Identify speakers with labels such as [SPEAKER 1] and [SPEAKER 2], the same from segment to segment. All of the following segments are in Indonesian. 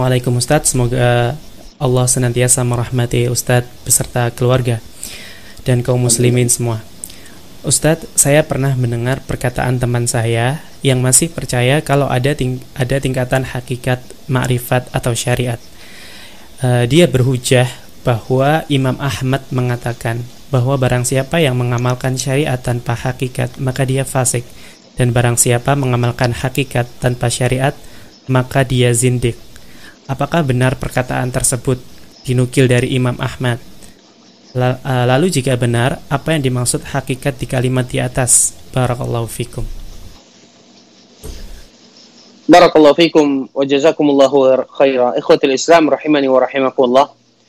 [SPEAKER 1] Waalaikumsalam Ustadz, semoga Allah senantiasa merahmati Ustadz beserta keluarga dan kaum muslimin semua. Ustadz, saya pernah mendengar perkataan teman saya yang masih percaya kalau ada tingkatan hakikat, ma'rifat atau syariat. Dia berhujah bahwa Imam Ahmad mengatakan bahwa barang siapa yang mengamalkan syariat tanpa hakikat, maka dia fasik. Dan barang siapa mengamalkan hakikat tanpa syariat, maka dia zindik. Apakah benar perkataan tersebut dinukil dari Imam Ahmad? Lalu jika benar, apa yang dimaksud hakikat di kalimat di atas? Barakallahu fikum.
[SPEAKER 2] Barakallahu fikum wa jazakumullahu khaira. Ikhwatul Islam rahimani wa rahimakumullah.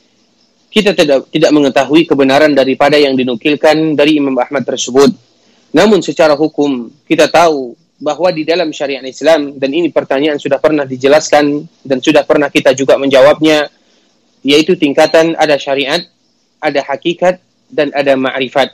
[SPEAKER 2] Kita tidak mengetahui kebenaran daripada yang dinukilkan dari Imam Ahmad tersebut. Namun secara hukum kita tahu bahwa di dalam syariat Islam, dan ini pertanyaan sudah pernah dijelaskan dan sudah pernah kita juga menjawabnya, yaitu tingkatan ada syariat, ada hakikat, dan ada ma'rifat.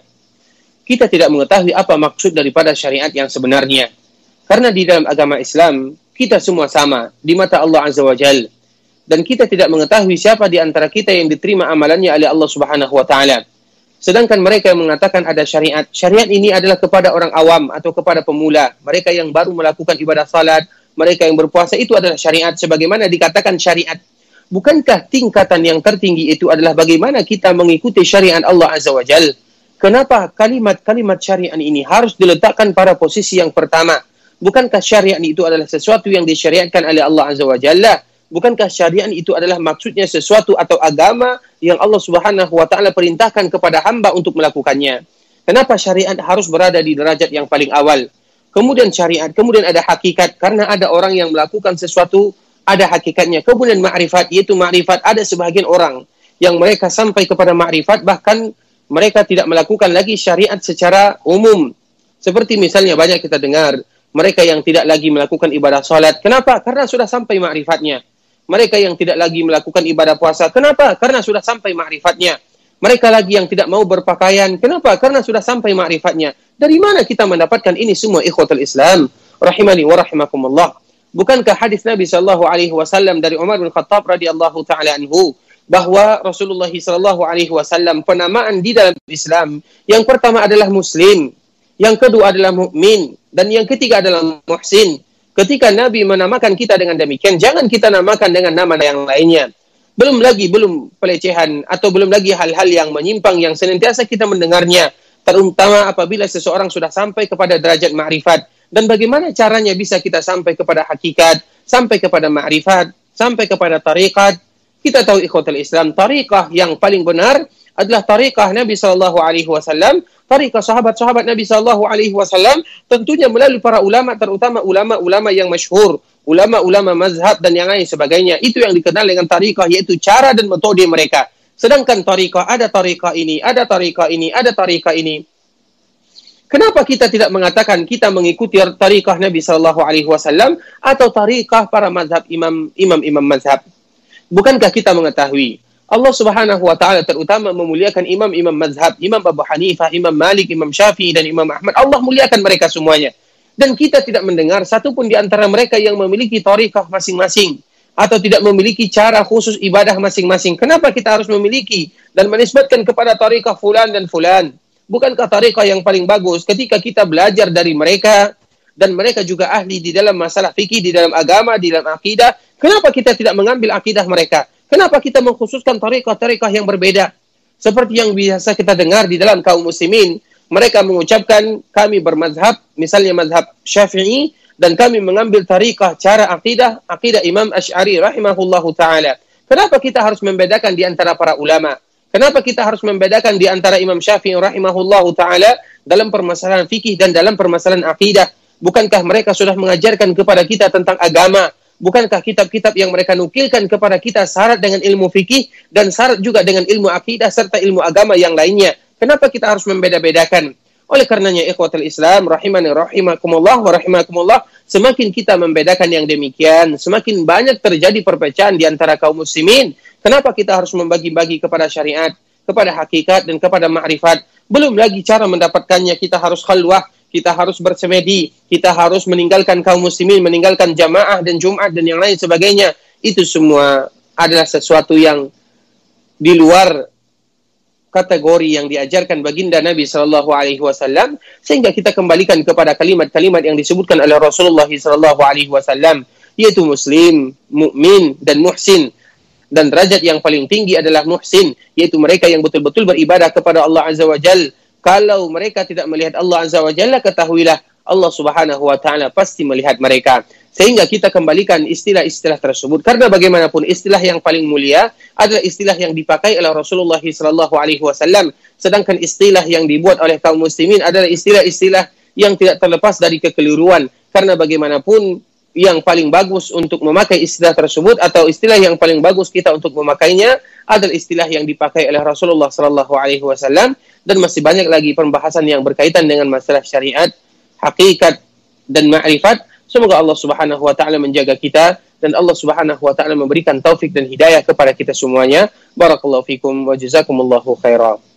[SPEAKER 2] Kita tidak mengetahui apa maksud daripada syariat yang sebenarnya. Karena di dalam agama Islam, kita semua sama di mata Allah Azza wa Jalla. Dan kita tidak mengetahui siapa di antara kita yang diterima amalannya oleh Allah Subhanahu wa Ta'ala. Sedangkan mereka yang mengatakan ada syariat, syariat ini adalah kepada orang awam atau kepada pemula. Mereka yang baru melakukan ibadah salat, mereka yang berpuasa, itu adalah syariat sebagaimana dikatakan syariat. Bukankah tingkatan yang tertinggi itu adalah bagaimana kita mengikuti syariat Allah Azza wa Jalla? Kenapa kalimat-kalimat syariat ini harus diletakkan pada posisi yang pertama? Bukankah syariat itu adalah sesuatu yang disyariatkan oleh Allah Azza wa Jalla? Bukankah syariat itu adalah maksudnya sesuatu atau agama yang Allah Subhanahu wa Ta'ala perintahkan kepada hamba untuk melakukannya? Kenapa syariat harus berada di derajat yang paling awal? Kemudian syariat, kemudian ada hakikat, karena ada orang yang melakukan sesuatu ada hakikatnya. Kemudian ma'rifat, yaitu ma'rifat, ada sebahagian orang yang mereka sampai kepada ma'rifat, bahkan mereka tidak melakukan lagi syariat secara umum. Seperti misalnya banyak kita dengar mereka yang tidak lagi melakukan ibadah salat. Kenapa? Karena sudah sampai ma'rifatnya. Mereka yang tidak lagi melakukan ibadah puasa. Kenapa? Karena sudah sampai ma'rifatnya. Mereka lagi yang tidak mau berpakaian. Kenapa? Karena sudah sampai ma'rifatnya. Dari mana kita mendapatkan ini semua, ikhwatul Islam rahimani wa rahimakumullah? Bukankah hadis Nabi sallallahu alaihi wasallam dari Umar bin Khattab radhiyallahu taala anhu bahwa Rasulullah sallallahu alaihi wasallam penamaan di dalam Islam yang pertama adalah muslim, yang kedua adalah mukmin, dan yang ketiga adalah muhsin. Ketika Nabi menamakan kita dengan demikian, jangan kita namakan dengan nama yang lainnya. Belum pelecehan atau belum lagi hal-hal yang menyimpang yang senantiasa kita mendengarnya, terutama apabila seseorang sudah sampai kepada derajat ma'rifat. Dan bagaimana caranya bisa kita sampai kepada hakikat, sampai kepada ma'rifat, sampai kepada tariqat? Kita tahu ikhwatul Islam, tariqah yang paling benar adalah tariqah Nabi sallallahu alaihi wasallam, tariqah sahabat-sahabat Nabi sallallahu alaihi wasallam, tentunya melalui para ulama, terutama ulama-ulama yang masyhur, ulama-ulama mazhab dan yang lain sebagainya. Itu yang dikenal dengan tariqah, yaitu cara dan metode mereka. Sedangkan tariqah, ada tariqah ini, ada tariqah ini, ada tariqah ini. Kenapa kita tidak mengatakan kita mengikuti tariqah Nabi sallallahu alaihi wasallam atau tariqah para mazhab imam mazhab? Bukankah kita mengetahui Allah Subhanahu wa Ta'ala terutama memuliakan imam-imam mazhab, Imam Abu Hanifah, Imam Malik, Imam Syafi'i, dan Imam Ahmad. Allah muliakan mereka semuanya. Dan kita tidak mendengar satupun di antara mereka yang memiliki tariqah masing-masing atau tidak memiliki cara khusus ibadah masing-masing. Kenapa kita harus memiliki dan menisbatkan kepada tariqah fulan dan fulan? Bukankah tariqah yang paling bagus ketika kita belajar dari mereka dan mereka juga ahli di dalam masalah fikih, di dalam agama, di dalam akidah? Kenapa kita tidak mengambil akidah mereka? Kenapa kita mengkhususkan tariqah-tariqah yang berbeda? Seperti yang biasa kita dengar di dalam kaum muslimin, mereka mengucapkan kami bermazhab, misalnya mazhab Syafi'i, dan kami mengambil tariqah cara akidah Imam Asy'ari rahimahullahu ta'ala. Kenapa kita harus membedakan di antara para ulama? Kenapa kita harus membedakan di antara Imam Syafi'i rahimahullahu ta'ala dalam permasalahan fikih dan dalam permasalahan akidah? Bukankah mereka sudah mengajarkan kepada kita tentang agama? Bukankah kitab-kitab yang mereka nukilkan kepada kita syarat dengan ilmu fikih dan syarat juga dengan ilmu akidah serta ilmu agama yang lainnya? Kenapa kita harus membeda-bedakan? Oleh karenanya ikhwatul Islam rahimani rahimakumullah wa rahimakumullah, semakin kita membedakan yang demikian, semakin banyak terjadi perpecahan di antara kaum muslimin. Kenapa kita harus membagi-bagi kepada syariat, kepada hakikat dan kepada ma'rifat? Belum lagi cara mendapatkannya, kita harus khalwah, kita harus bersemedi, kita harus meninggalkan kaum muslimin, meninggalkan jamaah dan Jumat dan yang lain sebagainya. itu semua adalah sesuatu yang di luar kategori yang diajarkan baginda Nabi sallallahu alaihi wasallam, sehingga kita kembalikan kepada kalimat-kalimat yang disebutkan oleh Rasulullah sallallahu alaihi wasallam, yaitu muslim, mukmin dan muhsin. Dan derajat yang paling tinggi adalah muhsin, yaitu mereka yang betul-betul beribadah kepada Allah Azza wa Jalla. Kalau mereka tidak melihat Allah Azza wa Jalla, ketahuilah Allah Subhanahu wa taala pasti melihat mereka. Sehingga kita kembalikan istilah-istilah tersebut, karena bagaimanapun istilah yang paling mulia adalah istilah yang dipakai oleh Rasulullah sallallahu alaihi wasallam, sedangkan istilah yang dibuat oleh kaum muslimin adalah istilah-istilah yang tidak terlepas dari kekeliruan. Karena bagaimanapun yang paling bagus untuk memakai istilah tersebut, atau istilah yang paling bagus kita untuk memakainya, adalah istilah yang dipakai oleh Rasulullah sallallahu alaihi wasallam. Dan masih banyak lagi pembahasan yang berkaitan dengan masalah syariat, hakikat dan ma'rifat. Semoga Allah Subhanahu wa taala menjaga kita dan Allah Subhanahu wa taala memberikan taufik dan hidayah kepada kita semuanya. Barakallahu fikum wa jazakumullahu khairan.